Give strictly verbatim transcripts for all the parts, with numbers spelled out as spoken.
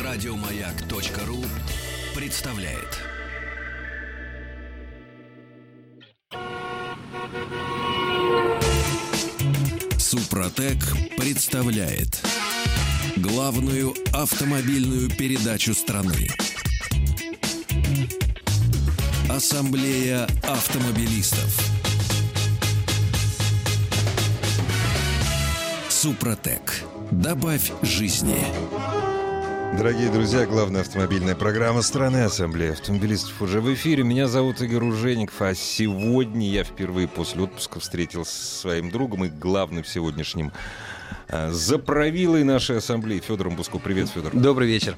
Радиомаяк.ру представляет. Супротек представляет главную автомобильную передачу страны. Ассамблея автомобилистов. Супротек. Добавь жизни. Дорогие друзья, главная автомобильная программа страны, Ассамблея автомобилистов уже в эфире. Меня зовут Игорь Ужеников, а сегодня я впервые после отпуска встретился со своим другом и главным сегодняшним а, заправилой нашей ассамблеи Федором Буско. Привет, Федор. Добрый вечер.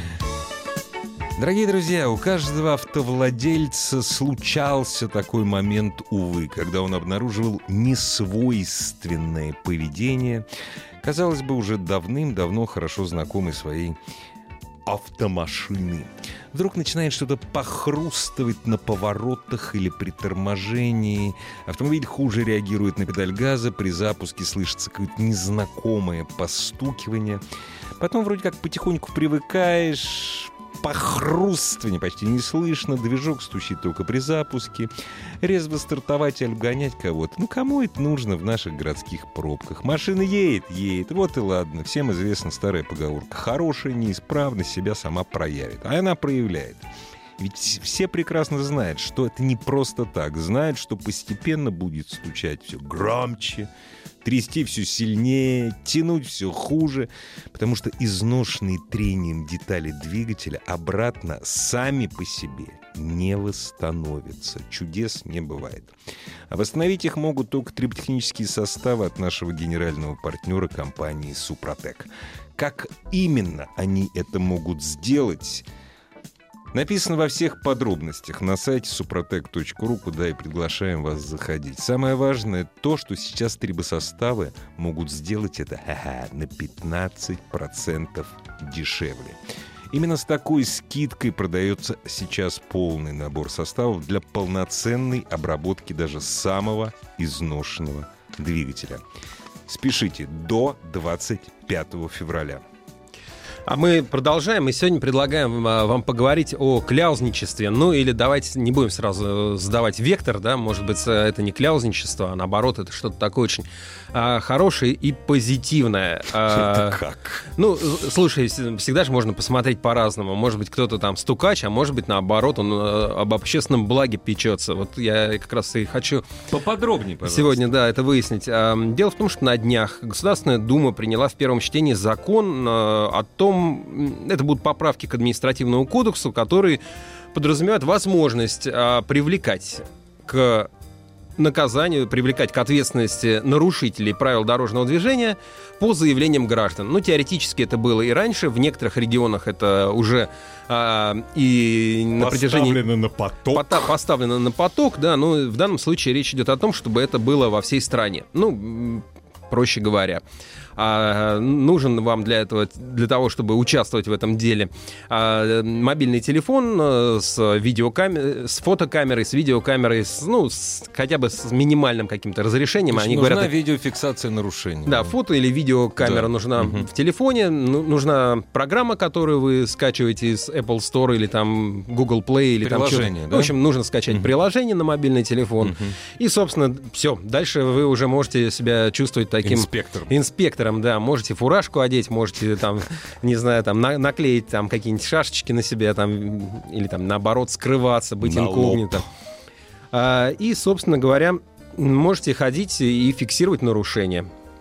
Дорогие друзья, у каждого автовладельца случался такой момент, увы, когда он обнаруживал несвойственное поведение, казалось бы, уже давным-давно хорошо знакомой своей автомашины. Вдруг начинает что-то похрустывать на поворотах или при торможении. Автомобиль хуже реагирует на педаль газа. При запуске слышится какое-то незнакомое постукивание. Потом вроде как потихоньку привыкаешь... Похрустывание почти не слышно, движок стучит только при запуске. Резво стартовать или гонять кого-то. Ну, кому это нужно в наших городских пробках? Машина едет, едет, вот и ладно. Всем известна старая поговорка. Хорошая неисправность себя сама проявит. А она проявляет. Ведь все прекрасно знают, что это не просто так. Знают, что постепенно будет стучать все громче, трясти все сильнее, тянуть все хуже, потому что изношенные трением детали двигателя обратно сами по себе не восстановятся. Чудес не бывает. А восстановить их могут только триботехнические составы от нашего генерального партнера компании «Супротек». Как именно они это могут сделать, написано во всех подробностях на сайте супротек точка ру, куда и приглашаем вас заходить. Самое важное то, что сейчас трибосоставы могут сделать это ха-ха, на пятнадцать процентов дешевле. Именно с такой скидкой продается сейчас полный набор составов для полноценной обработки даже самого изношенного двигателя. Спешите до двадцать пятого февраля. А мы продолжаем, и сегодня предлагаем а, вам поговорить о кляузничестве. Ну, или давайте не будем сразу сдавать вектор, да, может быть, это не кляузничество, а наоборот, это что-то такое очень а, хорошее и позитивное. А, это как? Ну, слушай, всегда же можно посмотреть по-разному. Может быть, кто-то там стукач, а может быть, наоборот, он а, об общественном благе печется. Вот я как раз и хочу... Поподробнее, пожалуйста. Сегодня, да, это выяснить. А, дело в том, что на днях Государственная Дума приняла в первом чтении закон а, о том, это будут поправки к административному кодексу, которые подразумевают возможность а, привлекать к наказанию, привлекать к ответственности нарушителей правил дорожного движения по заявлениям граждан. Ну, теоретически это было и раньше, в некоторых регионах это уже а, и на протяжении... Поставлено на поток. Пота- поставлено на поток, да, но в данном случае речь идет о том, чтобы это было во всей стране. Ну, проще говоря. А, нужен вам для этого, для того, чтобы участвовать в этом деле, а, мобильный телефон а, с видеокамерой, с фотокамерой, с видеокамерой, с, ну, с, хотя бы с минимальным каким-то разрешением. Они нужна говорят, видеофиксация нарушений. Да, фото или видеокамера да. нужна угу. в телефоне, ну, нужна программа, которую вы скачиваете из Apple Store или там Google Play или приложение, там да? В общем, нужно скачать угу. приложение на мобильный телефон. Угу. И, собственно, все. Дальше вы уже можете себя чувствовать таким инспектором. инспектором. Да, можете фуражку одеть, можете там, не знаю, там на- наклеить там какие-нибудь шашечки на себя, там, или там наоборот скрываться, быть инкогнито. А, и, собственно говоря, можете ходить и фиксировать нарушения.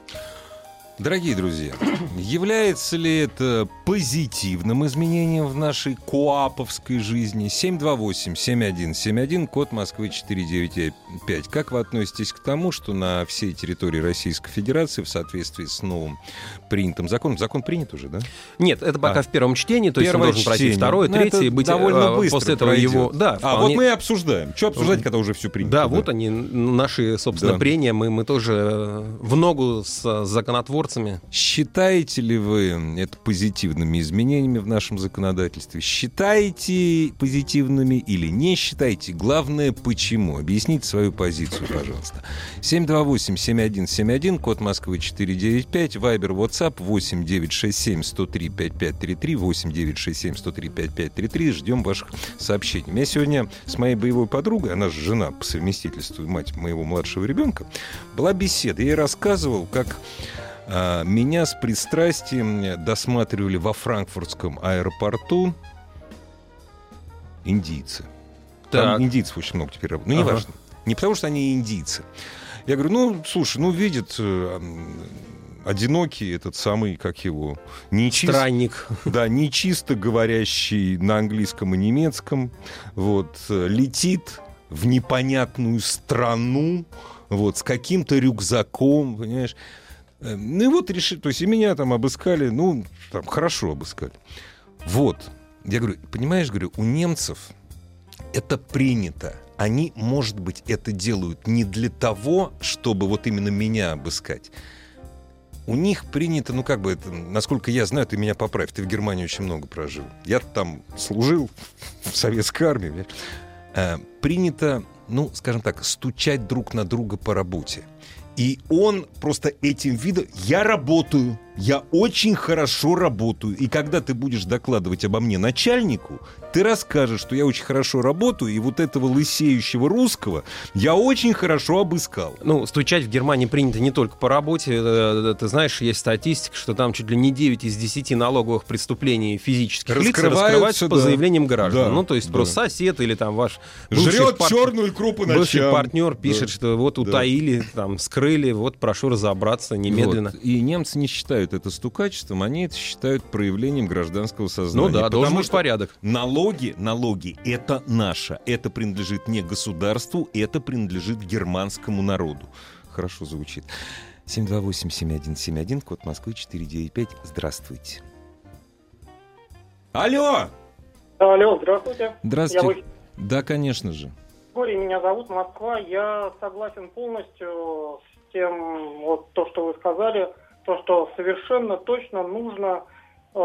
Дорогие друзья, является ли это позитивным изменением в нашей коаповской жизни? семь два восемь семь один семь один, код Москвы четыре девять пять. Как вы относитесь к тому, что на всей территории Российской Федерации в соответствии с новым принятым законом... Закон принят уже, да? Нет, это пока а. в первом чтении, то есть он должен чтение. пройти второе, Но третье, и быть довольно быстро после этого пройдет. его... Да, а вполне... вот мы и обсуждаем. Что обсуждать, когда уже все принято? Да, да? вот они, наши, собственно, да. прения. Мы, мы тоже в ногу с законотворцем миротворцами. Считаете ли вы это позитивными изменениями в нашем законодательстве? Считаете позитивными или не считаете? Главное, почему? Объясните свою позицию, пожалуйста. семь два восемь семь один семь один, код Москвы четыре девять пять, Вайбер, WhatsApp восемь девятьсот шестьдесят семь сто три пятьдесят пять тридцать три, восемь девятьсот шестьдесят семь сто три пятьдесят пять тридцать три. Ждем ваших сообщений. У меня сегодня с моей боевой подругой, она же жена по совместительству и мать моего младшего ребенка, была беседа. Я ей рассказывал, как а, меня с пристрастием досматривали во франкфуртском аэропорту индийцы. Там Так. индийцев очень много теперь работает. Ну, Ага. неважно. Не потому, что они индийцы. Я говорю, ну, слушай, ну, видит э, одинокий этот самый, как его, нечист... Странник. Да, нечисто говорящий на английском и немецком, вот, э, летит в непонятную страну, вот, с каким-то рюкзаком, понимаешь. Э, Ну и вот решили, то есть и меня там обыскали, ну, там, хорошо обыскали. Вот. Я говорю, понимаешь, говорю, у немцев это принято. Они, может быть, это делают не для того, чтобы вот именно меня обыскать. У них принято, ну как бы, это, насколько я знаю, ты меня поправь, ты в Германии очень много прожил. Я там служил в советской армии. А, принято, ну, скажем так, стучать друг на друга по работе. И он просто этим видом... Я работаю, я очень хорошо работаю. И когда ты будешь докладывать обо мне начальнику, ты расскажешь, что я очень хорошо работаю, и вот этого лысеющего русского я очень хорошо обыскал. Ну, стучать в Германии принято не только по работе. Э, Ты знаешь, есть статистика, что там чуть ли не девять из десяти налоговых преступлений физических лиц Раскрываются, раскрываются по да. заявлениям граждан. Да, Ну, то есть да. просто сосед или там ваш бывший, Жрет пар- черную икру по ночам. бывший партнер пишет, Да. что вот утаили, там, скрыли, вот прошу разобраться немедленно. Вот. И немцы не считают это стукачеством, они это считают проявлением гражданского сознания. Ну да, должен Потому быть что порядок. Налоги, налоги — это наше. Это принадлежит не государству, это принадлежит германскому народу. Хорошо звучит. семь два восемь семь один семь один, код Москвы четыре девять пять. Здравствуйте. Алло! Алло, здравствуйте. Здравствуйте. Я Да, конечно же. Григорий, меня зовут Москва. Я согласен полностью с тем, вот то, что вы сказали, то, что совершенно точно нужно э,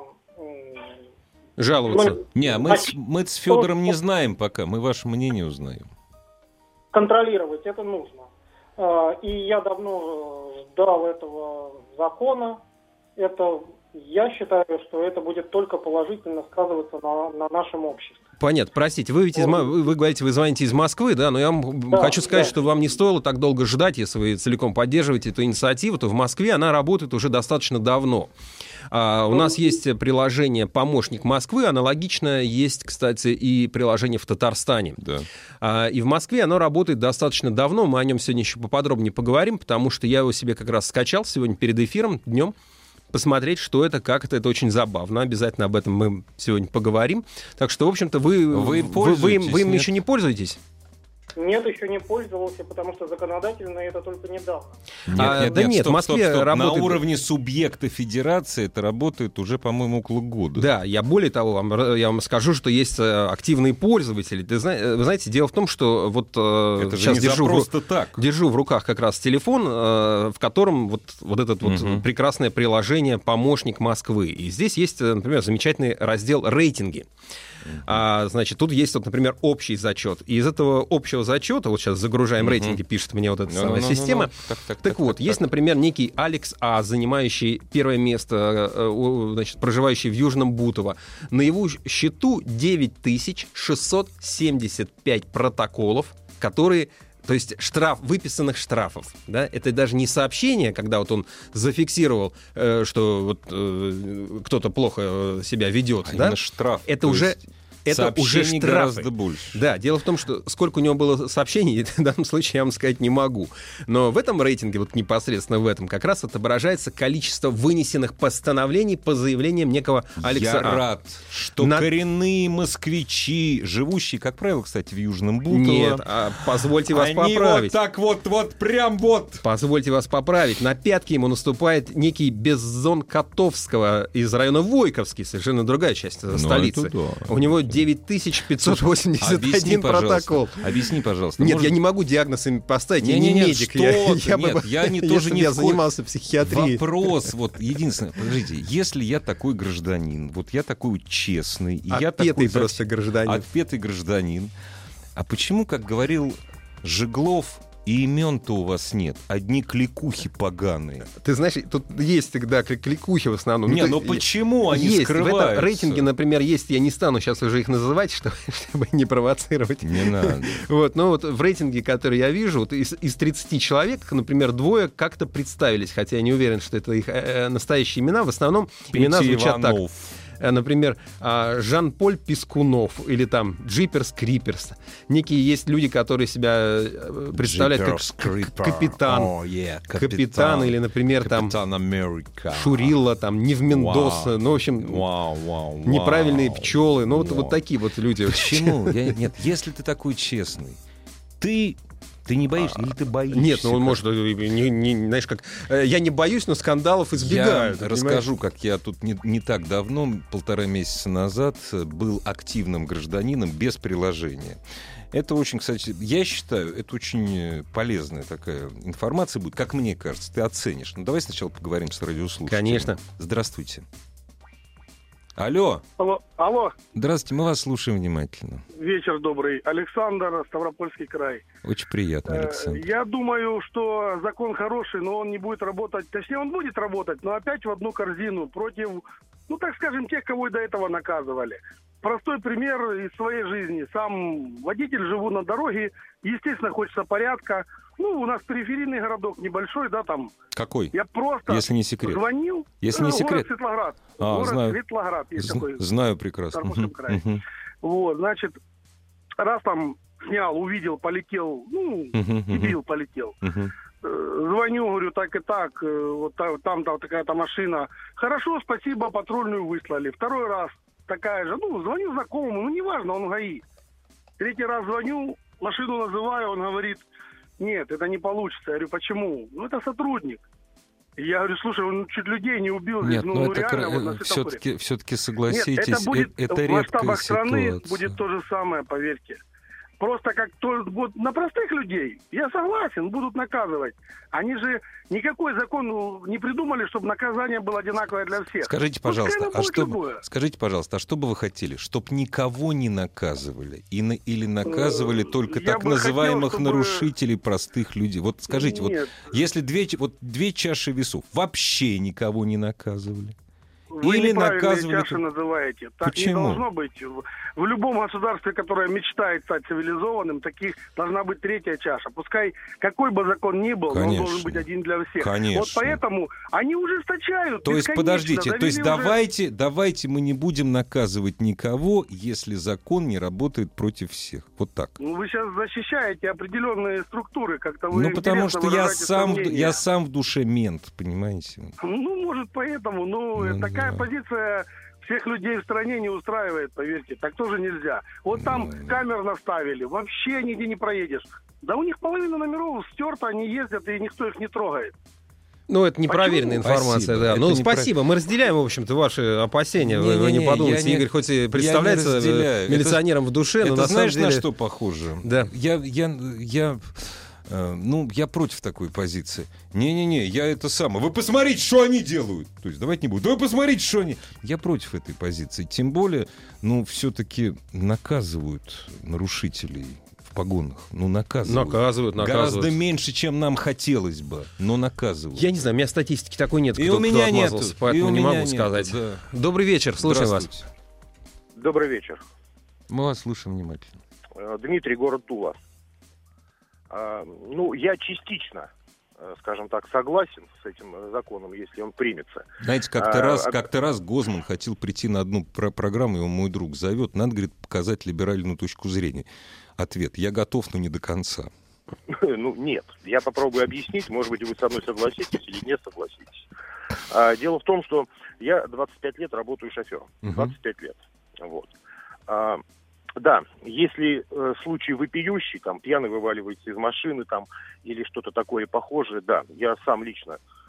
м, Жаловаться. ну, Не, мы, с, мы с Федором не знаем пока, мы ваше мнение узнаем. контролировать это нужно. Э, И я давно ждал этого закона. Это, я считаю, что это будет только положительно сказываться на, на нашем обществе. Понятно, простите, вы ведь из, Мо- вы, вы говорите, вы звоните из Москвы, да, но я вам Да, хочу сказать, да. что вам не стоило так долго ждать, если вы целиком поддерживаете эту инициативу, то в Москве она работает уже достаточно давно. А, у нас есть приложение «Помощник Москвы», аналогично есть, кстати, и приложение в Татарстане. Да. А, и в Москве оно работает достаточно давно, мы о нем сегодня еще поподробнее поговорим, потому что я его себе как раз скачал сегодня перед эфиром, днем, посмотреть, что это, как это, это очень забавно. Обязательно об этом мы сегодня поговорим. Так что, в общем-то, вы, Вы вы, пользуетесь, вы, им- вы им нет? еще не пользуетесь? Нет, еще не пользовался, потому что законодательно это только недавно. Нет, А, нет, да нет, нет, стоп, в Москве стоп, стоп. работает- На уровне субъекта федерации это работает уже, по-моему, около года. Да, я более того вам, я вам скажу, что есть э, активные пользователи. Ты зна- э, вы знаете, дело в том, что вот э, Это же сейчас не за держу, в, ру- просто так. держу в руках как раз телефон, э, в котором вот, вот это вот Мгм. прекрасное приложение «Помощник Москвы». И здесь есть, э, например, замечательный раздел «Рейтинги». А, значит, тут есть, вот, например, общий зачет. И из этого общего зачета, вот сейчас загружаем Мгм. рейтинги, пишет мне вот эта Ну, самая ну, ну, система. ну. Так, так, Так вот, есть, например, некий Алекс А, занимающий первое место, э, у- значит, проживающий в Южном Бутово. На его счету девять тысяч шестьсот семьдесят пять протоколов, которые... То есть штраф, выписанных штрафов. Да? Это даже не сообщение, когда вот он зафиксировал, э, что вот, э, кто-то плохо э, себя ведет. А Да? именно штраф. Это То уже... есть Это уже сообщений штрафы. гораздо больше. Да, дело в том, что сколько у него было сообщений, в данном случае я вам сказать не могу. Но в этом рейтинге, вот непосредственно в этом, как раз отображается количество вынесенных постановлений по заявлениям некого Алекса Я А. рад, что На- коренные москвичи, живущие, как правило, кстати, в Южном Бутово, Нет, а позвольте вас они поправить. вот так вот, вот, прям вот. Позвольте вас поправить. На пятки ему наступает некий Беззон Котовского из района Войковский, совершенно другая часть э, Ну, столицы. это да. У него Это девять тысяч пятьсот восемьдесят один Объясни, протокол. пожалуйста. Объясни, пожалуйста. Нет, Может... я не могу диагноз им поставить, не, я не, не, не медик. Что я, я, я, нет, бы, я не тоже не я в... занимался психиатрией. Вопрос, вот, единственное, подождите, если я такой гражданин, вот я такой честный, и я такой... просто гражданин. Отпетый гражданин. А почему, как говорил Жеглов, и имен-то у вас нет, одни кликухи поганые? Ты знаешь, тут есть всегда кликухи в основном. Не, ну, ну почему они есть. скрываются? В этом рейтинге, например, есть, я не стану сейчас уже их называть, чтобы, чтобы не провоцировать. Не надо. Вот, но вот в рейтинге, который я вижу, вот из, из тридцати человек, например, двое как-то представились, хотя я не уверен, что это их э, настоящие имена. В основном Петя имена звучат Иванов. так. Например, Жан-Поль Пискунов или там Джиперс Криперс. Некие есть люди, которые себя представляют как капитан. Oh, yeah, капитан. Капитан или, например, Капитан там Америка. Шурилла, там Нив Мендоса. Wow. Ну, в общем, wow, wow, wow. неправильные пчелы. Ну, wow. вот, вот такие вот люди. Почему? Я, нет, если ты такой честный, ты... Ты не боишься? Или ты боишься? Нет, ну он может, не, не, знаешь, как... Я не боюсь, но скандалов избегаю. Я расскажу, как я тут не, не так давно, полтора месяца назад, был активным гражданином без приложения. Это очень, кстати, я считаю, это очень полезная такая информация будет, как мне кажется, ты оценишь. Ну, давай сначала поговорим с радиослушателем. Конечно. Здравствуйте. Алло. Алло. Алло. Здравствуйте, мы вас слушаем внимательно. Вечер добрый. Александр, Ставропольский край. Очень приятно, Александр. Я думаю, что закон хороший, но он не будет работать. Точнее, он будет работать, но опять в одну корзину против, ну, так скажем, тех, кого и до этого наказывали. Простой пример из своей жизни. Сам водитель, живу на дороге, естественно, хочется порядка. Ну, у нас периферийный городок небольшой, да, там. Какой? Я просто Если не секрет. звонил. Если не город секрет. Светлоград. А, город знаю. Светлоград есть З- такой. Знаю прекрасно. В Ставропольском крае. Мгм. Вот, значит, раз там снял, увидел, полетел, ну, Мгм, мгм. дебил полетел. Мгм. Э, Звоню, говорю, так и так, э, вот та- там-то такая-то машина. Хорошо, спасибо, патрульную выслали. Второй раз такая же, ну, звоню знакомому, ну, неважно, он ГАИ. Третий раз звоню, машину называю, он говорит, нет, это не получится. Я говорю, почему? Ну, это сотрудник. Я говорю, слушай, он чуть людей не убил. Нет, ну, ну, ну это реально, кра- вот на светофоре. все-таки, все-таки Нет, согласитесь, это будет э- это в редкая масштабах страны ситуация. будет то же самое, поверьте. Просто как то, вот на простых людей, я согласен, будут наказывать. Они же никакой закон ну, не придумали, чтобы наказание было одинаковое для всех. Скажите, Пускай пожалуйста, оно а будет что, любое. скажите, пожалуйста, а что бы вы хотели? Чтоб никого не наказывали? И на- или наказывали Э, только я так бы называемых хотел, чтобы- нарушителей, простых людей? Вот скажите, вот Нет. если две, ч- вот две чаши весов, вообще никого не наказывали? Вы Или неправильные наказывали... чаши называете. Так Почему? не должно быть. В, в любом государстве, которое мечтает стать цивилизованным, таких должна быть третья чаша. Пускай какой бы закон ни был, но он Конечно. должен быть один для всех. Конечно. Вот поэтому они ужесточают. То есть, бесконечно, подождите, то есть довели уже- давайте, давайте мы не будем наказывать никого, если закон не работает против всех. Вот так. Ну, вы сейчас защищаете определенные структуры, как-то вы Ну, потому интересно что я выражаете сам, свое мнение. я сам в душе мент, понимаете? Ну, может, поэтому. Ну, Ну, такая да. позиция всех людей в стране не устраивает, поверьте. Так тоже нельзя. Вот там Ну, камер наставили, вообще нигде не проедешь. Да у них половина номеров стерта, они ездят, и никто их не трогает. Ну, это непроверенная Почему? информация, Спасибо. да. Это Ну, не спасибо. Мы разделяем, в общем-то, ваши опасения. Вы, вы не Не-не-не, подумайте. я не- Игорь хоть и я представляется не разделяю. милиционером в душе, но Это на знаешь, самом деле... на что похоже? Да. Я, я, я, э, ну, я против такой позиции. Не-не-не, я это самое. Вы посмотрите, что они делают. То есть, давайте не будем. Да вы посмотрите, что они... Я против этой позиции. Тем более, ну, все-таки наказывают нарушителей в погонах. Ну, наказывают. Наказывают, наказывают. Гораздо меньше, чем нам хотелось бы, но наказывают. Я не знаю, у меня статистики такой нет, И кто, у меня кто нету, отмазался, и поэтому у не меня могу нету, сказать. да. Добрый вечер, слушаем вас. Здравствуйте. Добрый вечер. Мы вас слушаем внимательно. Э, Дмитрий, город Тула. А, Ну, я частично, э, скажем так, согласен с этим э, законом, если он примется. Знаете, как-то А, раз, а- как-то раз Гозман хотел прийти на одну про- программу, его мой друг зовет, надо, говорит, показать либеральную точку зрения. Ответ: я готов, но не до конца. Ну, нет. Я попробую объяснить, может быть, вы со мной согласитесь или не согласитесь. А, Дело в том, что я двадцать пять лет работаю шофером. Мгм. двадцать пять лет. Вот. А, Да, если э, случай вопиющий, там, пьяный вываливается из машины, там, или что-то такое похожее, да, я сам лично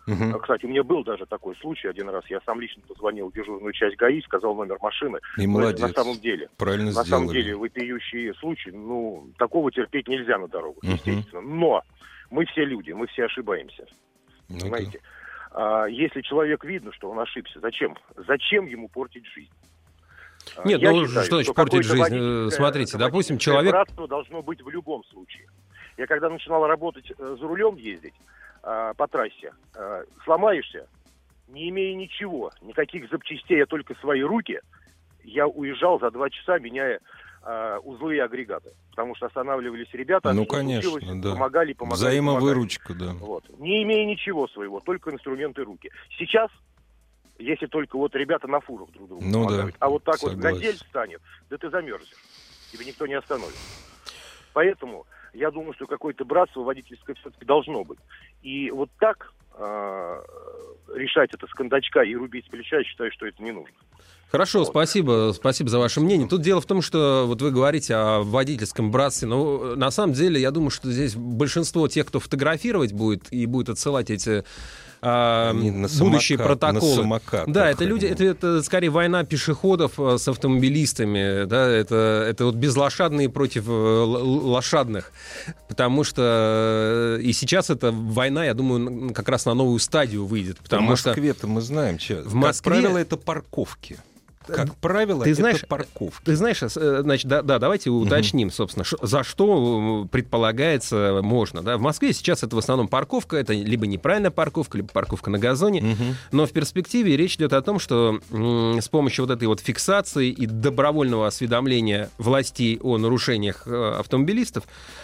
Uh-huh. Кстати, у меня был даже такой случай один раз. Я сам лично позвонил в дежурную часть ГАИ, сказал номер машины. И молодец. На самом деле, правильно на сделали. самом деле, вопиющий случай, ну, такого терпеть нельзя на дорогах, uh-huh. естественно. Но мы все люди, мы все ошибаемся. Ну, понимаете? Да. А, если человек видно, что он ошибся, зачем? Зачем ему портить жизнь? Нет, Я ну считаю, что значит портить жизнь? Смотрите, допустим, человек... Братство должно быть в любом случае. Я когда начинал работать э, за рулем, ездить э, по трассе, э, сломаешься, не имея ничего, никаких запчастей, а только свои руки, я уезжал за два часа, меняя э, узлы и агрегаты. Потому что останавливались ребята, ну, конечно, да. помогали, помогали. Взаимовыручка, помогали. Да. Вот. Не имея ничего своего, только инструменты руки. Сейчас... Если только вот ребята на фурах друг другу ну помогают. Да, а вот так согласен. вот газель встанет, да ты замерзнешь. Тебя никто не остановит. Поэтому я думаю, что какое-то братство водительское все-таки должно быть. И вот так э, решать это с кондачка и рубить с плеча, я считаю, что это не нужно. Хорошо, вот. спасибо, спасибо за ваше мнение. Тут дело в том, что вот вы говорите о водительском братстве, но на самом деле я думаю, что здесь большинство тех, кто фотографировать будет и будет отсылать эти а, будущие самокат, протоколы. Самокат, да, это люди, это, это скорее война пешеходов с автомобилистами, да, это, это вот безлошадные против лошадных, потому что и сейчас эта война, я думаю, как раз на новую стадию выйдет. Потому в Москве-то что мы знаем, что, в Москве... как правило, это парковки. Как правило, ты это знаешь, парковки. Ты знаешь, значит, да, да, давайте уточним, собственно, ш, за что предполагается можно. Да? В Москве сейчас это в основном парковка, это либо неправильная парковка, либо парковка на газоне. Угу. Но в перспективе речь идет о том, что м- с помощью вот этой вот фиксации и добровольного осведомления властей о нарушениях э, автомобилистов,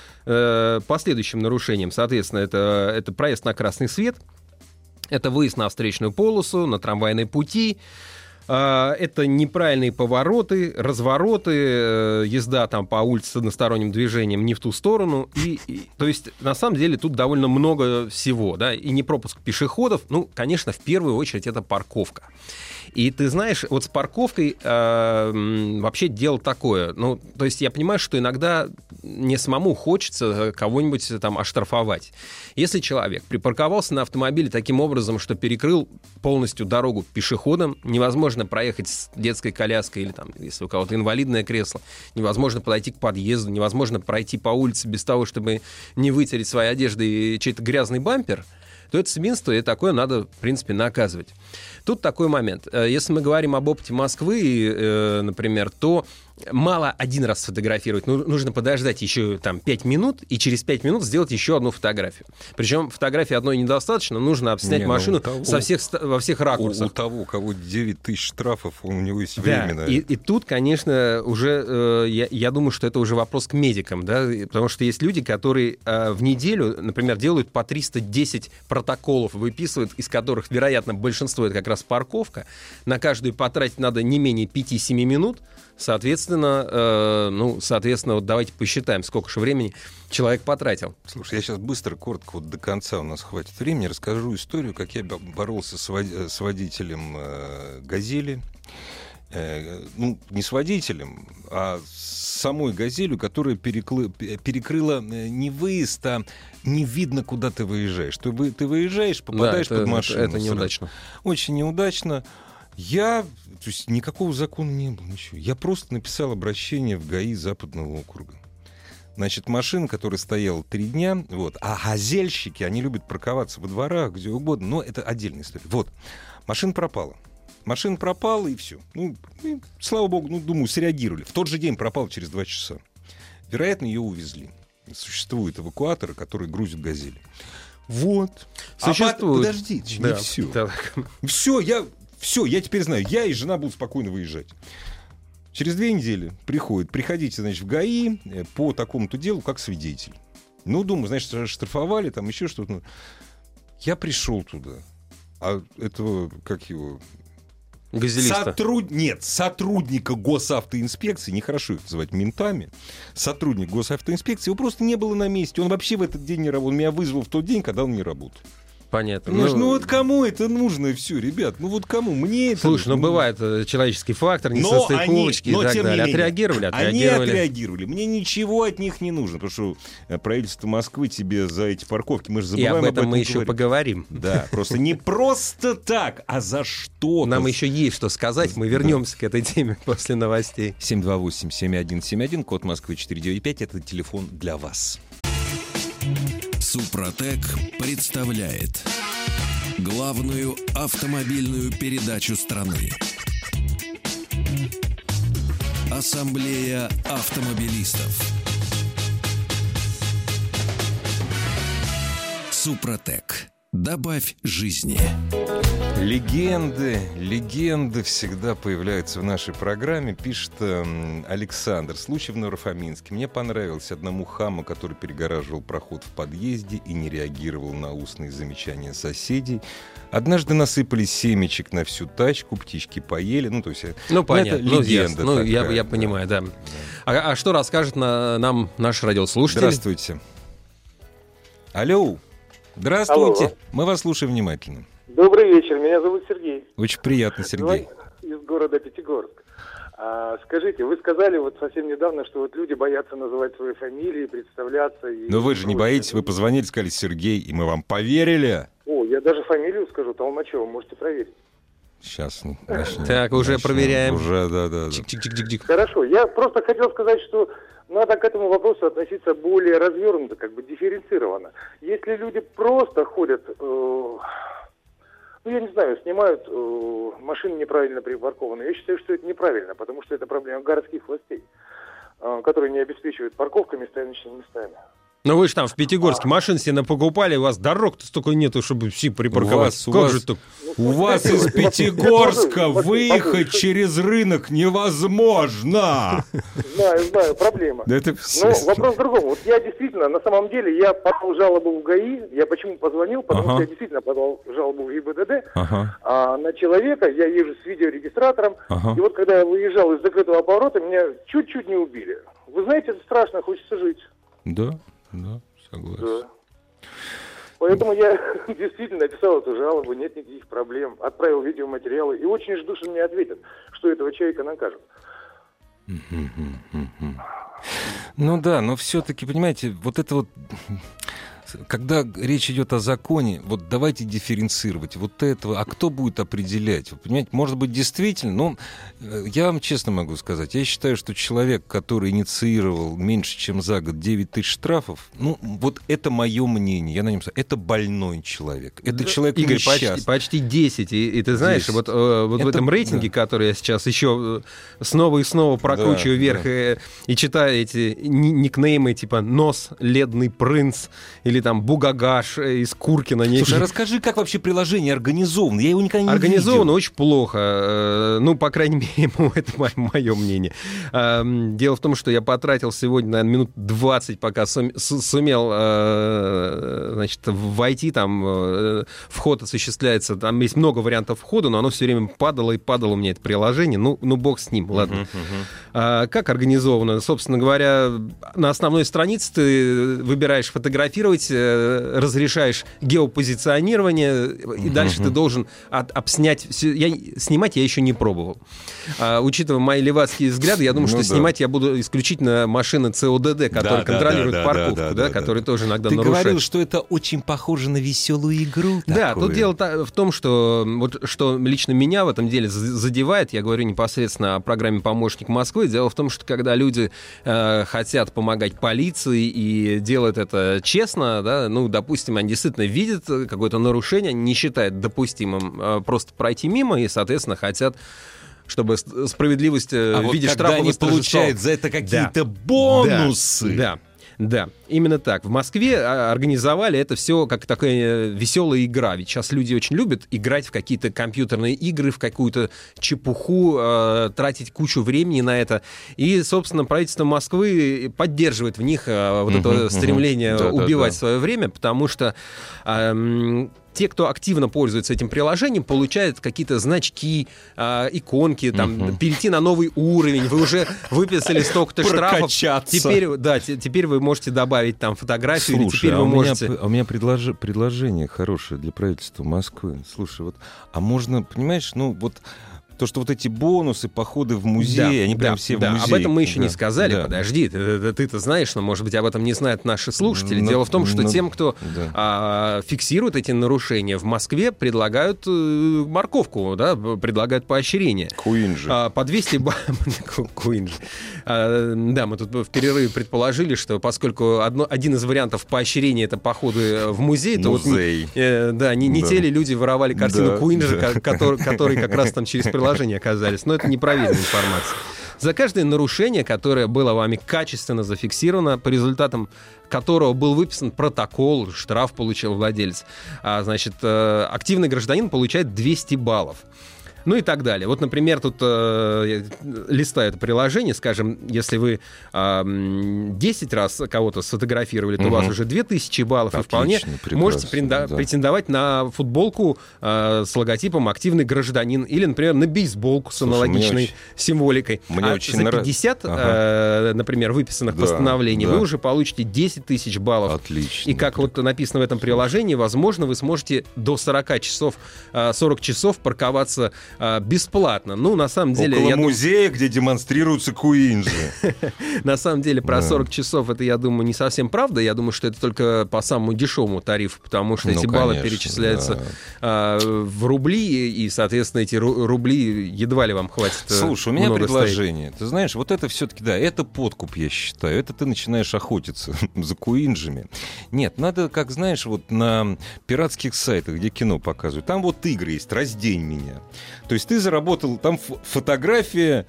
э, последующим нарушением, соответственно, это, это проезд на красный свет, это выезд на встречную полосу, на трамвайные пути, это неправильные повороты, развороты, езда там по улице с односторонним движением не в ту сторону. И, и, то есть, на самом деле, тут довольно много всего. Да? И не пропуск пешеходов. Ну, конечно, в первую очередь, это парковка. И ты знаешь, вот с парковкой э, вообще дело такое. Ну, то есть я понимаю, что иногда мне самому хочется кого-нибудь там оштрафовать. Если человек припарковался на автомобиле таким образом, что перекрыл полностью дорогу пешеходам, невозможно проехать с детской коляской или там, если у кого-то инвалидное кресло, невозможно подойти к подъезду, невозможно пройти по улице без того, чтобы не вытереть своей одеждой чей-то грязный бампер, то это свинство, и такое надо, в принципе, наказывать. Тут такой момент. Если мы говорим об опыте Москвы, например, то мало один раз сфотографировать. Ну, нужно подождать еще там пять минут и через пять минут сделать еще одну фотографию. Причем фотографии одной недостаточно, нужно обснять Не, машину того, со всех, во всех ракурсах. У, у того, у кого девять тысяч штрафов, у него есть время. Да, и, и тут, конечно, уже э, я, я думаю, что это уже вопрос к медикам, да, потому что есть люди, которые э, в неделю, например, делают по триста десять протоколов, выписывают, из которых, вероятно, большинство это как раз парковка. На каждую потратить надо не менее пять-семь минут. Соответственно, э, ну, соответственно, вот давайте посчитаем, сколько же времени человек потратил. Слушай, я сейчас быстро, коротко, вот до конца у нас хватит времени, расскажу историю, как я боролся с, вод... с водителем э, «Газели». Э, ну, не с водителем, а с самой «Газелью», которая перекры... перекрыла не выезд, а не видно, куда ты выезжаешь. Ты, вы... ты выезжаешь, попадаешь да, это, под машину. Это, это неудачно. Очень неудачно. Я, то есть никакого закона не было, ничего. Я просто написал обращение в ГАИ Западного округа. Значит, машина, которая стояла три дня, вот, а газельщики, они любят парковаться во дворах, где угодно, но это отдельная история. Вот, машина пропала. Машина пропала, и все. Ну, и, слава богу, ну, думаю, среагировали. В тот же день пропала через два часа. Вероятно, ее увезли. Существуют эвакуаторы, которые грузят «Газели». Вот. Существует. А подождите, да. не все. Так. Все, я... Все, я теперь знаю, я и жена будут спокойно выезжать. Через две недели приходит, приходите, значит, в ГАИ по такому-то делу, как свидетель. Ну, думаю, значит, штрафовали, там еще что-то. Я пришел туда, а этого, как его... Газелиста. Сотруд... Нет, сотрудника госавтоинспекции, нехорошо их называть ментами, сотрудник госавтоинспекции, его просто не было на месте, он вообще в этот день не работал, он меня вызвал в тот день, когда он не работал. Понятно. Ну, ну вот кому это нужно и все, ребят? Ну вот кому? Мне это... Слушай, ну бывает э, человеческий фактор, несостыковочки и но, так тем далее. не менее, Отреагировали, Они отреагировали. отреагировали. Мне ничего от них не нужно, потому что э, правительство Москвы тебе за эти парковки, мы же И забываем об этом, об этом мы еще говорить. поговорим. Да, просто не просто так, а за что. Нам еще есть что сказать. Мы вернемся к этой теме после новостей. семь два восемь семь один семь один, код Москвы четыре девять пять, это телефон для вас. Супротек представляет главную автомобильную передачу страны. Ассамблея автомобилистов. Супротек. Добавь жизни. Легенды, легенды всегда появляются в нашей программе. Пишет эм, Александр. Случай в Новофоминске. Мне понравилось одному хаму, который перегораживал проход в подъезде и не реагировал на устные замечания соседей. Однажды насыпали семечек на всю тачку, птички поели. Ну, то есть, Ну, понятно. это Ну, легенда ясно. Ну, я, такая, я да. понимаю, да. А, а что расскажет на, нам наш радиослушатель? Здравствуйте. Алло. Здравствуйте. Алло. Мы вас слушаем внимательно. Добрый вечер, меня зовут Сергей. Очень приятно, Сергей. Из города Пятигорск. А, скажите, вы сказали вот совсем недавно, что вот люди боятся называть свои фамилии, представляться. И Но вы же не боитесь, вы позвонили, сказали Сергей, и мы вам поверили. О, я даже фамилию скажу, Толмачева, можете проверить. Сейчас начнем. Так, уже Начнем. проверяем. Уже, да, да, да. Чик-чик-чик-чик. Хорошо, я просто хотел сказать, что надо к этому вопросу относиться более развернуто, как бы дифференцированно. Если люди просто ходят, э, ну, я не знаю, снимают э, машины неправильно припаркованные, я считаю, что это неправильно, потому что это проблема городских властей, э, которые не обеспечивают парковками, стояночными местами. Ну вы же там в Пятигорске машин себе напокупали, у вас дорог-то столько нету, чтобы все припарковать. У вас- у Как вас- же так? У вас из Пятигорска выехать через рынок невозможно. Знаю, знаю, проблема. Да это Но все. вопрос в другом. Вот я действительно, на самом деле, я подал жалобу в ГАИ. Я почему позвонил? Потому Ага. что я действительно подал жалобу в ГИБДД Ага, а, на человека. Я езжу с видеорегистратором. ага. И вот когда я выезжал из закрытого поворота, меня чуть-чуть не убили. Вы знаете, это страшно, хочется жить. Да, да, согласен. Да. Поэтому я действительно написал эту жалобу, нет никаких проблем. Отправил видеоматериалы. И очень жду, что мне ответят, что этого человека накажут. Ну да, но все-таки, понимаете, вот это вот, когда речь идет о законе, вот давайте дифференцировать вот этого, а кто будет определять? Вы понимаете, может быть, действительно, но я вам честно могу сказать, я считаю, что человек, который инициировал меньше, чем за год девять тысяч штрафов, ну, вот это мое мнение, я на нем знаю, это больной человек, это Да, человек Игорь, несчастный. почти, почти десять. И, и ты знаешь, десять. вот, э, вот в Это- этом рейтинге, да. который я сейчас еще э, снова и снова прокручиваю Да, вверх да. э, и читаю эти ни- никнеймы типа «Нос», «Ледный принц» или там «Бугагаш» э, из Куркина. Не- Слушай, а расскажи, как вообще приложение организовано? Я его никогда не Организовано видел. очень плохо. Э, Ну, по крайней мере, это мое мнение. Э, Дело в том, что я потратил сегодня, наверное, минут двадцать, пока сум- с- сумел э, значит, войти. Там э, вход осуществляется. Там есть много вариантов входа, но оно все время падало и падало у меня это приложение. Ну, ну бог с ним, ладно. А как организовано? Собственно говоря, на основной странице ты выбираешь фотографировать, э, разрешаешь геопозиционирование, и дальше ты должен от- обснять. всё- Я, снимать я еще не пробовал. А, учитывая мои левацкие взгляды, я думаю, Ну что да. снимать я буду исключительно машины ЦОДД, которые да, контролируют да, да, парковку, да, да, да, да, которые да. тоже иногда Ты нарушают. говорил, что это очень похоже на веселую игру. Да, такую. тут дело та- в том, что вот что лично меня в этом деле з- задевает, я говорю непосредственно о программе «Помощник Москвы». Дело в том, что когда люди э, хотят помогать полиции и делают это честно, да, ну, допустим, они действительно видят какое-то нарушение, не считают допустимым э, просто пройти мимо и, соответственно, хотят, чтобы с- справедливость э, А в вот виде когда штрафа они восторжествовала. получают за это какие-то Да. бонусы. Да, да, именно так. В Москве а, организовали это все как такая веселая игра. Ведь сейчас люди очень любят играть в какие-то компьютерные игры, в какую-то чепуху, э, тратить кучу времени на это. И, собственно, правительство Москвы поддерживает в них э, вот Мгм, это мгм. стремление Да, да, убивать да. свое время, потому что... эм, те, кто активно пользуется этим приложением, получают какие-то значки, э, иконки, там, угу. перейти на новый уровень. Вы уже выписали столько-то штрафов. Теперь, да, т- теперь вы можете добавить там фотографию. Слушай, или теперь а вы у можете... меня, а у меня предлож... предложение хорошее для правительства Москвы. Слушай, вот, а можно, понимаешь, ну вот... То, что вот эти бонусы, походы в музей, да, они прям да, все да. в музее. Об этом мы еще да, не сказали. Да. Подожди, ты, ты-то знаешь, но, может быть, об этом не знают наши слушатели. Но, Дело в том, что но, тем, кто да. а, фиксирует эти нарушения, в Москве предлагают э, морковку, да, предлагают поощрение. Куинджи. А, по двести баллов. Куинджи. А, да, мы тут в перерыве предположили, что поскольку одно, один из вариантов поощрения — это походы в музей, то Музей. вот э, да, не, не Да. те ли люди воровали картину Да, Куинджи, да. ко- который, которые как раз там через приложение оказались. Но это непроверенная информация. За каждое нарушение, которое было вами качественно зафиксировано, по результатам которого был выписан протокол, штраф получил владелец, а, значит, э, активный гражданин получает двести баллов. Ну и так далее. Вот, например, тут э, листаю это приложение, скажем, если вы э, десять раз кого-то сфотографировали, то угу. у вас уже две тысячи баллов, отлично, и вполне прекрасно, можете пренда- да. претендовать на футболку э, с логотипом «Активный гражданин» или, например, на бейсболку с Слушай, аналогичной очень, символикой. Мне а очень за нрав... пятьдесят, ага. э, например, выписанных да, постановлений, да. вы уже получите десять тысяч баллов. Отлично. И как вот написано в этом приложении, возможно, вы сможете до сорок часов, сорок часов парковаться бесплатно. Ну, на самом деле... Около я музея, дум... где демонстрируются Куинджи. На самом деле, про сорок часов это, я думаю, не совсем правда. Я думаю, что это только по самому дешевому тарифу, потому что эти баллы перечисляются в рубли, и, соответственно, эти рубли едва ли вам хватит. Слушай, у меня предложение. Ты знаешь, вот это все-таки, да, это подкуп, я считаю. Это ты начинаешь охотиться за Куинджами. Нет, надо, как знаешь, вот на пиратских сайтах, где кино показывают, там вот игры есть, раздень меня. То есть ты заработал, там фотография,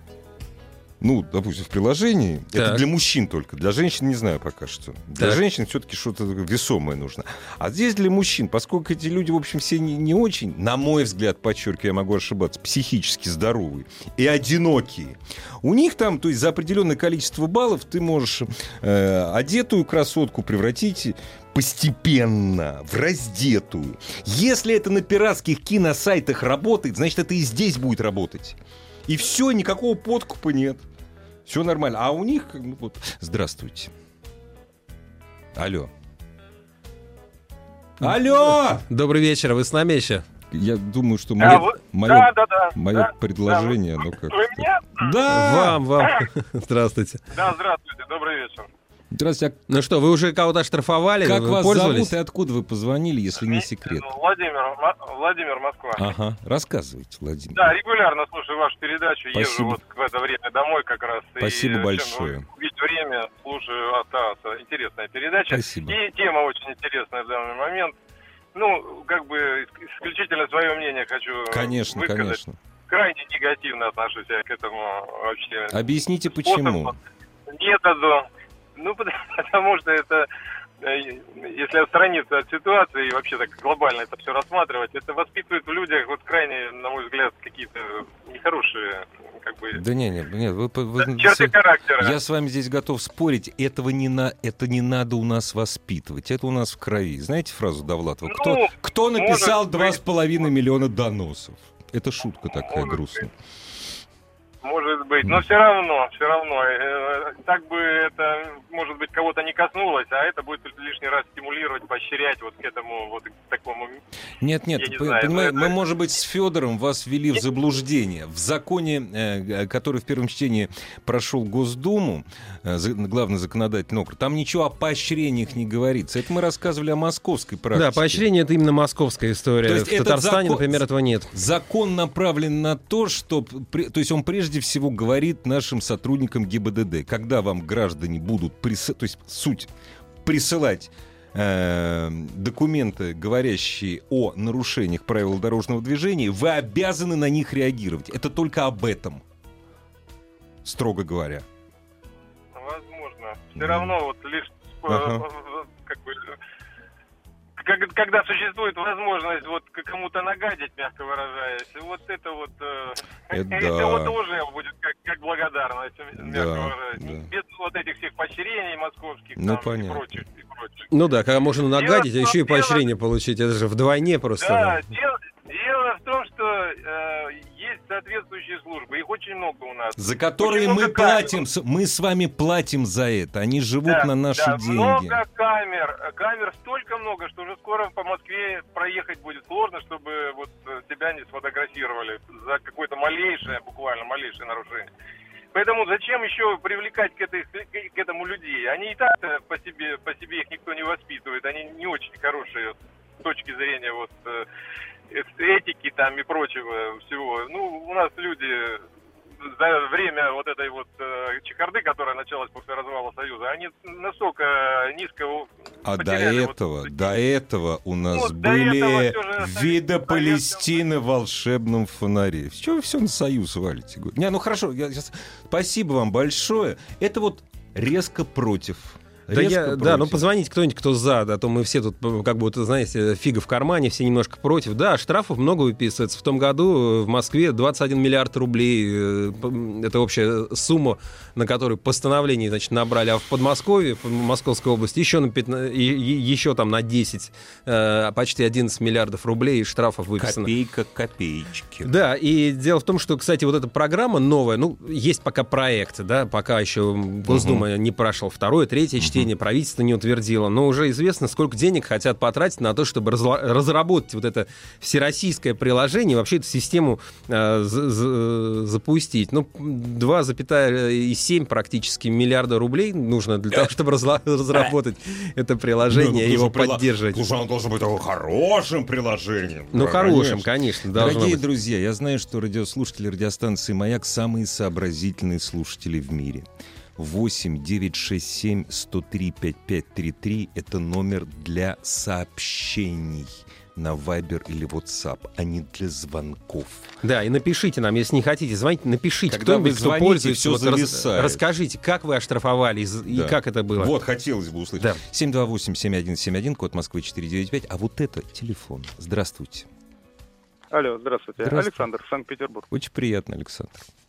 ну, допустим, в приложении, так. Это для мужчин только, для женщин не знаю пока что. Для так. женщин все-таки что-то весомое нужно. А здесь для мужчин, поскольку эти люди, в общем, все не, не очень, на мой взгляд, подчеркиваю, я могу ошибаться, психически здоровые и одинокие. У них там, то есть за определенное количество баллов ты можешь э, одетую красотку превратить постепенно в раздетую. Если это на пиратских киносайтах работает, значит, это и здесь будет работать. И все, никакого подкупа нет. Все нормально. А у них, ну, вот, здравствуйте. Алло. Алло! Добрый вечер, вы с нами еще? Я думаю, что мое, а вы... мое, да, да, да, мое да, предложение... Да, ну, как вы мне? Да! Вам, вам. Здравствуйте. Да, здравствуйте, добрый вечер. Здравствуйте. Ну что, вы уже кого-то оштрафовали? Как вы вас пользовались? зовут и откуда вы позвонили, если не секрет? Владимир, Владимир, Москва. Ага, рассказывайте, Владимир. Да, регулярно слушаю вашу передачу, Спасибо. езжу вот в это время домой как раз. Спасибо и, большое. Ведь время слушаю остаться. Интересная передача. Спасибо. И тема очень интересная в данный момент. Ну, как бы исключительно свое мнение хочу Конечно, высказать. конечно. Крайне негативно отношусь я к этому вообще. Объясните, почему? Методу. Ну, потому что это, если отстраниться от ситуации и вообще так глобально это все рассматривать, это воспитывает в людях вот крайне, на мой взгляд, какие-то нехорошие, как бы... Да не, не, не вы, вы, черты характера. Я с вами здесь готов спорить, этого не, на, это не надо у нас воспитывать, это у нас в крови. Знаете фразу Довлатова? Ну, кто, кто написал два с быть... половиной миллиона доносов? Это шутка такая может грустная. Быть. Может быть, но все равно, все равно, э, так бы это, может быть, кого-то не коснулось, а это будет лишний раз стимулировать, поощрять вот к этому, вот к такому... Нет, нет, не по- знаю, понимаю, это... мы, может быть, с Федором вас ввели в заблуждение. В законе, э, который в первом чтении прошел Госдуму, э, за, главный законодательный округ, там ничего о поощрениях не говорится. Это мы рассказывали о московской практике. Да, поощрение — это именно московская история. То есть в Татарстане, закон, например, этого нет. Закон направлен на то, что... То есть он прежде всего говорит нашим сотрудникам ГИБДД, когда вам граждане будут... Прис... То есть суть присылать э, документы, говорящие о нарушениях правил дорожного движения, вы обязаны на них реагировать. Это только об этом, строго говоря. Возможно. Все равно вот лишь... Ага. Как бы, когда существует возможность вот кому-то нагадить, мягко выражаясь, вот это вот это, это да. вот уже будет как, как благодарность, мягко да, выражаясь. Да. Без вот этих всех поощрений московских ну, там, и прочих, и прочее. Ну да, когда можно нагадить, а Дело в еще и том, поощрение дело- получить. Это же вдвойне просто. Да, дело, дело в том, что э, есть соответствующие службы, их очень много у нас. За которые Очень мы много камер. платим, с- мы с вами платим за это. Они живут Да, на наши да, деньги. много камер, камер столько много, что уже скоро по Москве проехать будет сложно, чтобы вот э, тебя не сфотографировали за какое-то малейшее, буквально малейшее нарушение. Поэтому зачем еще привлекать к, этой, к этому людей? Они и так по себе, по себе их никто не воспитывает, они не очень хорошие с точки зрения вот э, этики там и прочего всего. Ну, у нас люди за время вот этой вот э, чехарды, которая началась после развала Союза, они настолько низко А до потеряли вот этого, такие- до этого у нас Ну, до были этого всё же виды Совет- Палестины в волшебном фонаре. Чего вы все на Союз валите? Не, ну хорошо, я сейчас... спасибо вам большое. Это вот резко против. Да, Резко я, против. да, ну позвоните кто-нибудь, кто за, да, а то мы все тут, как будто, знаете, фига в кармане, все немножко против. Да, штрафов много выписывается. В том году в Москве двадцать один миллиард рублей. Это общая сумма, на которую постановление, значит, набрали. А в Подмосковье, в Московской области, еще, на пятнадцать, еще там на десять, почти одиннадцать миллиардов рублей штрафов выписано. Копейка копеечки. Да, и дело в том, что, кстати, вот эта программа новая, ну, есть пока проект, да, пока еще Госдума uh-huh. не прошел второе, третье чтение, uh-huh. правительство не утвердило, но уже известно, сколько денег хотят потратить на то, чтобы разла- разработать вот это всероссийское приложение, вообще эту систему э, за- за- запустить. Ну, два целых семь десятых практически миллиарда рублей нужно для того, чтобы разла- разработать это приложение и его поддерживать. Оно должно быть хорошим приложением. Ну, хорошим, конечно, должно Дорогие быть. друзья, я знаю, что радиослушатели радиостанции «Маяк» самые сообразительные слушатели в мире. восемь девятьсот шестьдесят семь сто три пятьдесят пять тридцать три — это номер для сообщений на Viber или WhatsApp, а не для звонков. Да, и напишите нам, если не хотите звонить, напишите. Когда кто-нибудь, вы кто звоните, пользуется, всё вот рас- зависает. расскажите, как вы оштрафовали и, и Да. как это было. Вот, хотелось бы услышать. Да. семь два восемь семь один семь один, код Москвы четыре девять пять. А вот это телефон. Здравствуйте. Алло, здравствуйте. Здравствуйте. Александр, Санкт-Петербург. Очень приятно, Александр.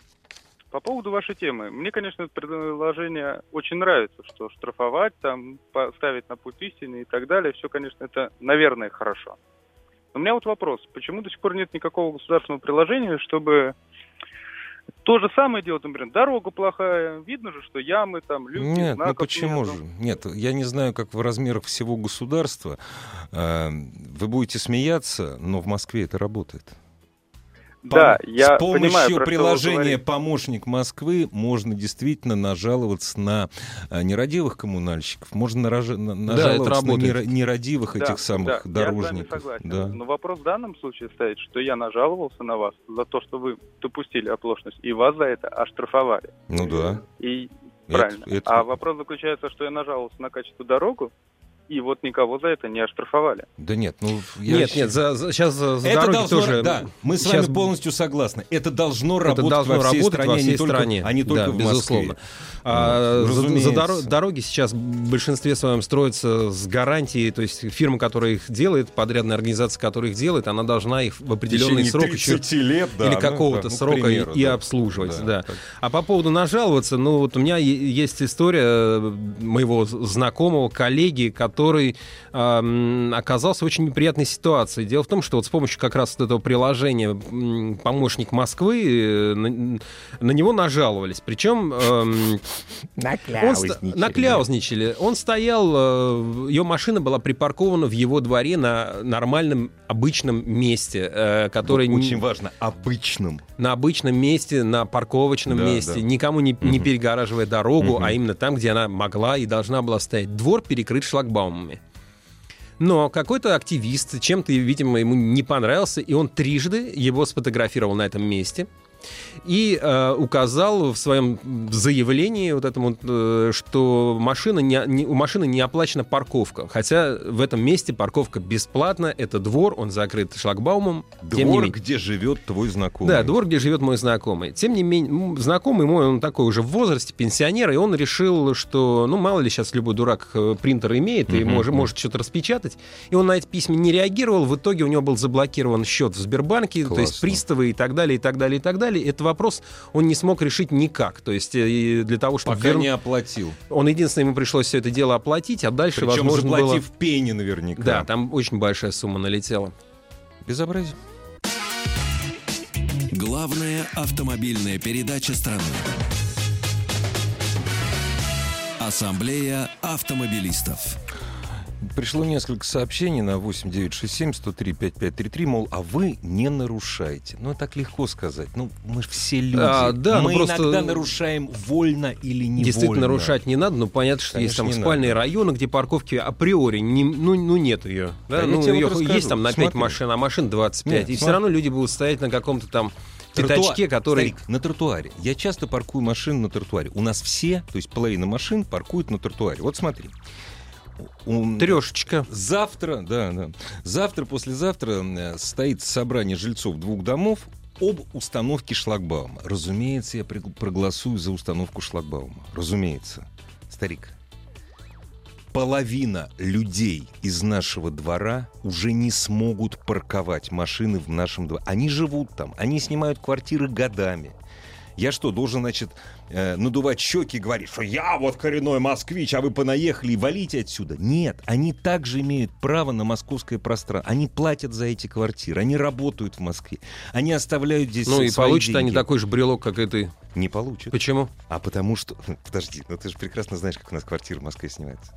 По поводу вашей темы. Мне, конечно, это предложение очень нравится, что штрафовать, там, поставить на путь истины и так далее. Все, конечно, это, наверное, хорошо. Но у меня вот вопрос. Почему до сих пор нет никакого государственного приложения, чтобы то же самое делать, например, дорога плохая, видно же, что ямы, там, люди, Нет, ну знаков почему нету. же? Нет, я не знаю, как в размерах всего государства. Э, Вы будете смеяться, но в Москве это работает. Да, Пом- я С помощью понимаю, про что вы приложения говорите. «Помощник Москвы» можно действительно нажаловаться на а, нерадивых коммунальщиков, можно нараж- на- нажаловаться на работает. нера- нерадивых Да, этих самых да, я с вами дорожников. согласен. Да. Но вопрос в данном случае стоит, что я нажаловался на вас за то, что вы допустили оплошность, и вас за это оштрафовали. Ну да. И Это- правильно. это- А вопрос заключается, что я нажаловался на качество дорогу, и вот никого за это не оштрафовали. Да нет, ну... я Нет, щ- нет, за, за- сейчас за, за Это дороги должно, тоже... да, мы с сейчас вами полностью согласны. Это должно это работать должно во всей работать стране, во а не всей только- стране, а не только да, в Москве. безусловно. А, Ну, за, за разумеется. доро- дороги сейчас в большинстве своем строятся с гарантией, то есть фирма, которая их делает, подрядная организация, которая их делает, она должна их в определенный В срок течение еще тридцати лет, да, или ну, какого-то да, ну, к срока примеру, и да. обслуживать, да. так. А по поводу нажаловаться, ну вот у меня е- есть история моего знакомого, коллеги, который эм, оказался в очень неприятной ситуации. Дело в том, что вот с помощью как раз вот этого приложения м, «Помощник Москвы» э, на, на него нажаловались. Причем эм, он ста- накляузничали. Он стоял, э, ее машина была припаркована в его дворе на нормальном, обычном месте, э, который Вот не- очень важно, обычным. на обычном месте, на парковочном Да, месте, да. никому не, не Мгм. перегораживая дорогу, Мгм. а именно там, где она могла и должна была стоять. Двор перекрыт шлагбаумами. Но какой-то активист чем-то, видимо, ему не понравился, и он трижды его сфотографировал на этом месте и э, указал в своем заявлении вот этому, э, что машина не, не- у машины не оплачена парковка. Хотя в этом месте парковка бесплатна, это двор, он закрыт шлагбаумом. Тем не Двор, менее- где живет твой знакомый. Да, двор, где живет мой знакомый. Тем не менее, м, знакомый мой, он такой уже в возрасте, пенсионер, и он решил, что, ну, мало ли сейчас любой дурак э, принтер имеет и Мгм, может, мгм. может что-то распечатать. И он на эти письма не реагировал. В итоге у него был заблокирован счет в Сбербанке, то есть Классно. приставы и так далее, и так далее, и так далее. далее. Этот вопрос он не смог решить никак. То есть и для того, чтобы... Пока вер... не оплатил. Он единственное, ему пришлось все это дело оплатить, а дальше, Причем возможно, заплатив было... пени наверняка. Да, там очень большая сумма налетела. Безобразие. Главная автомобильная передача страны. Ассамблея автомобилистов. Пришло несколько сообщений на восемь девятьсот шестьдесят семь сто три пятьдесят пять тридцать три, мол, а вы не нарушаете. Ну, так легко сказать. Ну, мы же все люди. А, да, мы ну, просто... иногда нарушаем вольно или невольно. Действительно, нарушать не надо, но понятно, что Конечно, есть там не спальные надо. районы, где парковки априори, не, ну, ну нет ее. Да? Да, Ну, я тебе ее вот расскажу. есть там на пять Смотри. машин, а машин двадцать пять. Нет, и смотри. все равно люди будут стоять на каком-то там Тротуар. пятачке, который... Старик, на тротуаре. Я часто паркую машины на тротуаре. У нас все, то есть половина машин, паркуют на тротуаре. Вот смотри. У- Трешечка. Завтра, да, да. Завтра, послезавтра э, состоится собрание жильцов двух домов об установке шлагбаума. Разумеется, я пригл- проголосую за установку шлагбаума. Разумеется. Старик, половина людей из нашего двора уже не смогут парковать машины в нашем дворе. Они живут там, они снимают квартиры годами. Я что, должен, значит, э, надувать щеки и говорить, что я вот коренной москвич, а вы понаехали и валите отсюда? Нет, они также имеют право на московское пространство. Они платят за эти квартиры, они работают в Москве, они оставляют здесь Ну и свои получат деньги. они такой же брелок, как и ты. Не получат. Почему? А потому что... Подожди, ну ты же прекрасно знаешь, как у нас квартира в Москве снимается.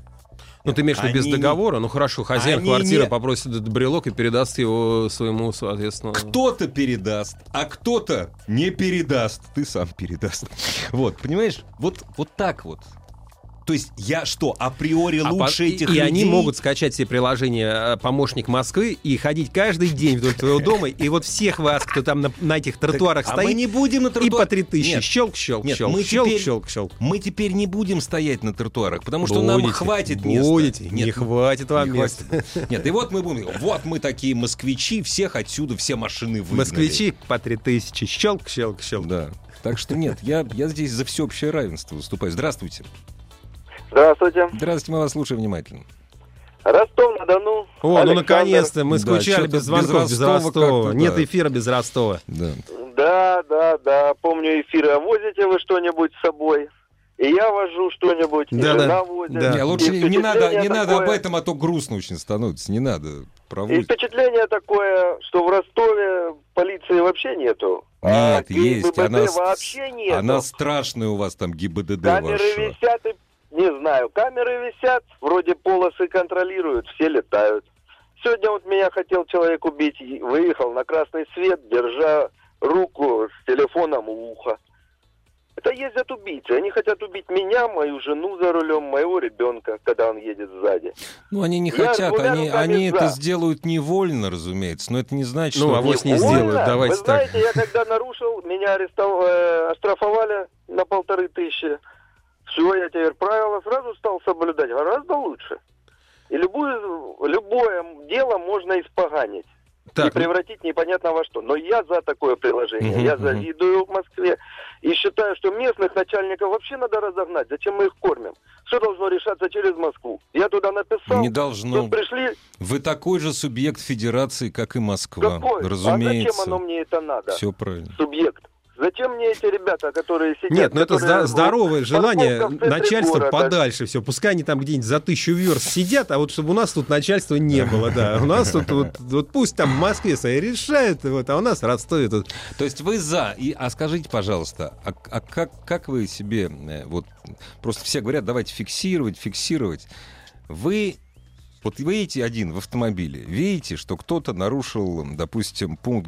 Ну, ты имеешь в виду без Они не- договора? Ну, хорошо, хозяин Они квартиры не- попросит этот брелок и передаст его своему, соответственно... Кто-то передаст, а кто-то не передаст. Ты сам передаст. Вот, понимаешь? Вот, вот так вот. То есть я что, априори А лучше по- этих и, и людей? они могут скачать себе приложение э, «Помощник Москвы» и ходить каждый день вдоль твоего дома, и вот всех вас, кто там на, на этих тротуарах Так, а стоит, мы не будем на и тротуар- по три тысячи. Нет. Щелк, щелк, Нет, щелк, мы щелк, теперь- щелк, щелк. Мы теперь не будем стоять на тротуарах, потому что нам Будете, хватит места. Будете, Нет, не хватит вам не места. хватит. Нет, и вот мы будем, вот мы такие москвичи, всех отсюда, все машины выгнали. Москвичи по три тысячи. Щелк, щелк, щелк. Да. Так что нет, я, я здесь за всеобщее равенство выступаю. Здравствуйте. Здравствуйте. Здравствуйте, мы вас слушаем внимательно. Ростов-на-Дону. О, ну Александр. наконец-то, мы Да, скучали что-то без звонков, без без Ростова Ростова. как-то, Нет да. эфира без Ростова. Да. Да, да, да, помню эфиры. А возите вы что-нибудь с собой? И я вожу что-нибудь, и Да, жена да. возит. Да. Не, И лучше не надо, впечатление не надо об такое- этом, а то грустно очень становится. Не надо И проводить. впечатление такое, что в Ростове полиции вообще нету. А Нет, есть. ГИБДД Она, с- вообще нету. она страшная у вас там, ГИБДД Камеры ваша. висят, и... не знаю, камеры висят, вроде полосы контролируют, все летают. Сегодня вот меня хотел человек убить, и выехал на красный свет, держа руку с телефоном у уха. Это ездят убийцы, они хотят убить меня, мою жену за рулем, моего ребенка, когда он едет сзади. Ну, они не Я хотят, двумя они, руками они за. это сделают невольно, разумеется, но это не значит, Ну, что... авось не Невольно? сделают, давайте Вы так. знаете, я когда нарушил, меня арестов... э, оштрафовали на полторы тысячи. Все, я теперь правила сразу стал соблюдать гораздо лучше. И любую, любое дело можно испоганить. И Так, превратить непонятно во что. Но я за такое приложение. Мгм, я мгм. завидую в Москве. И считаю, что местных начальников вообще надо разогнать. Зачем мы их кормим? Все должно решаться через Москву. Я туда написал. Не должно. Тут пришли. Вы такой же субъект федерации, как и Москва. Какой? Разумеется. А зачем оно мне это надо? Все правильно. Субъект. Зачем мне эти ребята, которые сидят... Нет, ну это которые зда- здоровое в- желание парковка в центре начальства города. подальше все. Пускай они там где-нибудь за тысячу верст сидят, а вот чтобы у нас тут начальства не было, да. У нас тут вот, вот пусть там в Москве свои решают, вот, а у нас в Ростове тут... То есть вы за. И, а скажите, пожалуйста, а, а как, как вы себе... э, Вот просто все говорят, давайте фиксировать, фиксировать. Вы... Вот вы едете один в автомобиле, видите, что кто-то нарушил, допустим, пункт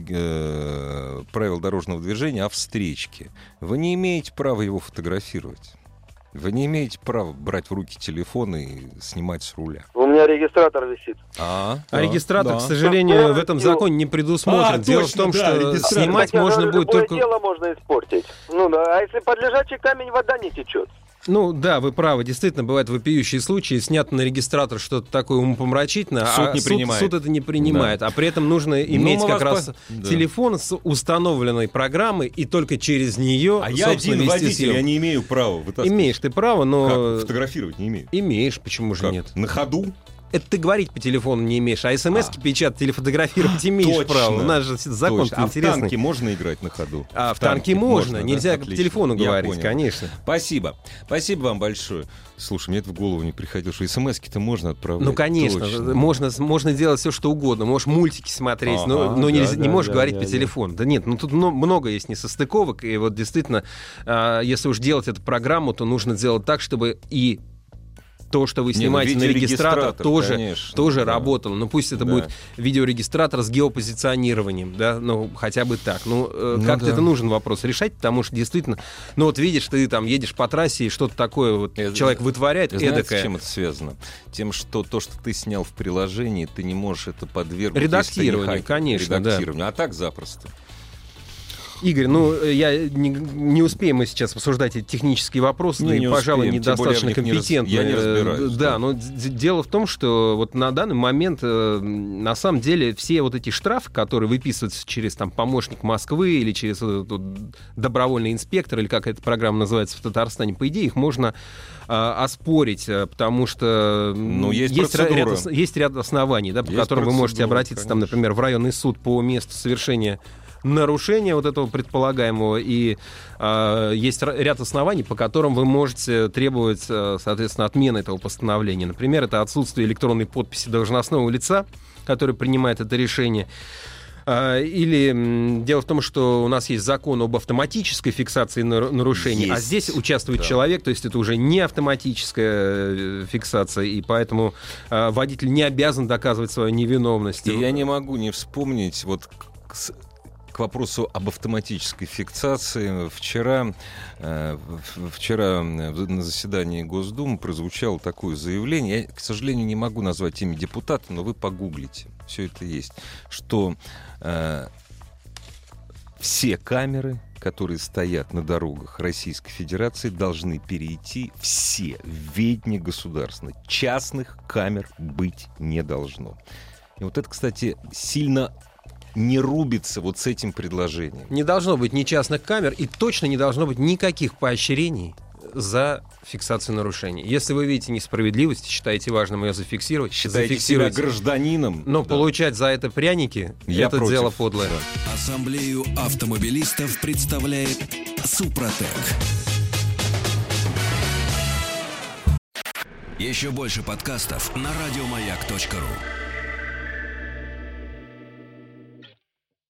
э, правил дорожного движения о встречке. Вы не имеете права его фотографировать. Вы не имеете права брать в руки телефон и снимать с руля. У меня регистратор висит. А, А да, регистратор, да. к сожалению, в этом Скоростью- законе не предусмотрен. А, Дело точно, в том, да, что регистратор. снимать Так я можно говорю, будет любое только... дело можно испортить. Ну да, а если под лежачий камень вода не течет? Ну да, вы правы, действительно, бывают вопиющие случаи, снято на регистратор что-то такое умопомрачительное, Суд а не суд, принимает. суд это не принимает. А при этом нужно иметь мы как вас раз по- да. телефон с установленной программой, и только через нее, А я собственно, один вести водитель, съемку. я не имею права вытаскивать. Имеешь ты право, но... Как? Фотографировать не имею. Имеешь, почему же Как? нет? На ходу? Это ты говорить по телефону не имеешь, а смс-ки а. печатать или фотографировать имеешь Точно. право. У нас же закон а интересный. в танке можно играть на ходу? А в, в танке, танке можно. можно. Нельзя да? по телефону Я говорить, понял. Конечно. Спасибо. Спасибо вам большое. Слушай, мне это в голову не приходило, что смс-ки-то можно отправлять. Ну, конечно. Можно, можно делать все, что угодно. Можешь мультики смотреть, ага, но, но да, нельзя, да, не можешь да, говорить да, по да. телефону. Да нет, ну тут много есть несостыковок. И вот действительно, если уж делать эту программу, то нужно делать так, чтобы и то, что вы снимаете Не, ну, на регистратор, тоже, конечно, тоже да. работало. Ну, пусть это да. будет видеорегистратор с геопозиционированием, да, ну, хотя бы так. Ну, ну как-то да. это нужен вопрос решать, потому что действительно, ну, вот видишь, ты там едешь по трассе, и что-то такое вот это, человек вытворяет, знаете, эдакое. с чем это связано? Тем, что то, что ты снял в приложении, ты не можешь это подвергнуть редактированию, конечно, редактированию, да. а так запросто. Игорь, ну, я не, не успеем мы сейчас обсуждать эти технические вопросы, не, да, не и, пожалуй, успеем, недостаточно компетентны. Не раз, я не разбираюсь. Да, да, но дело в том, что вот на данный момент, на самом деле, все вот эти штрафы, которые выписываются через там, помощник Москвы или через вот, вот, добровольный инспектор, или как эта программа называется в Татарстане, по идее, их можно а, оспорить, потому что ну, есть, есть, ряд, есть ряд оснований, да, по есть которым вы можете обратиться, там, например, в районный суд по месту совершения нарушения вот этого предполагаемого, и э, есть ряд оснований, по которым вы можете требовать, э, соответственно, отмены этого постановления. Например, это отсутствие электронной подписи должностного лица, который принимает это решение. Э, или м, дело в том, что у нас есть закон об автоматической фиксации нарушений, есть. А здесь участвует да. человек, то есть это уже не автоматическая фиксация, и поэтому э, водитель не обязан доказывать свою невиновность. И я не могу не вспомнить вот к вопросу об автоматической фиксации. Вчера, э, вчера на заседании Госдумы прозвучало такое заявление. Я, к сожалению, не могу назвать имя депутата, но вы погуглите. Все это есть. Что э, все камеры, которые стоят на дорогах Российской Федерации, должны перейти все в ведение государственное. Частных камер быть не должно. И вот это, кстати, сильно не рубится вот с этим предложением. Не должно быть ни частных камер, и точно не должно быть никаких поощрений за фиксацию нарушений. Если вы видите несправедливость, считаете важным ее зафиксировать, считаете себя гражданином, но да. получать за это пряники, Я это против. дело подлое. Да. Ассамблею автомобилистов представляет Супротек. Еще больше подкастов на радиомаяк точка ру.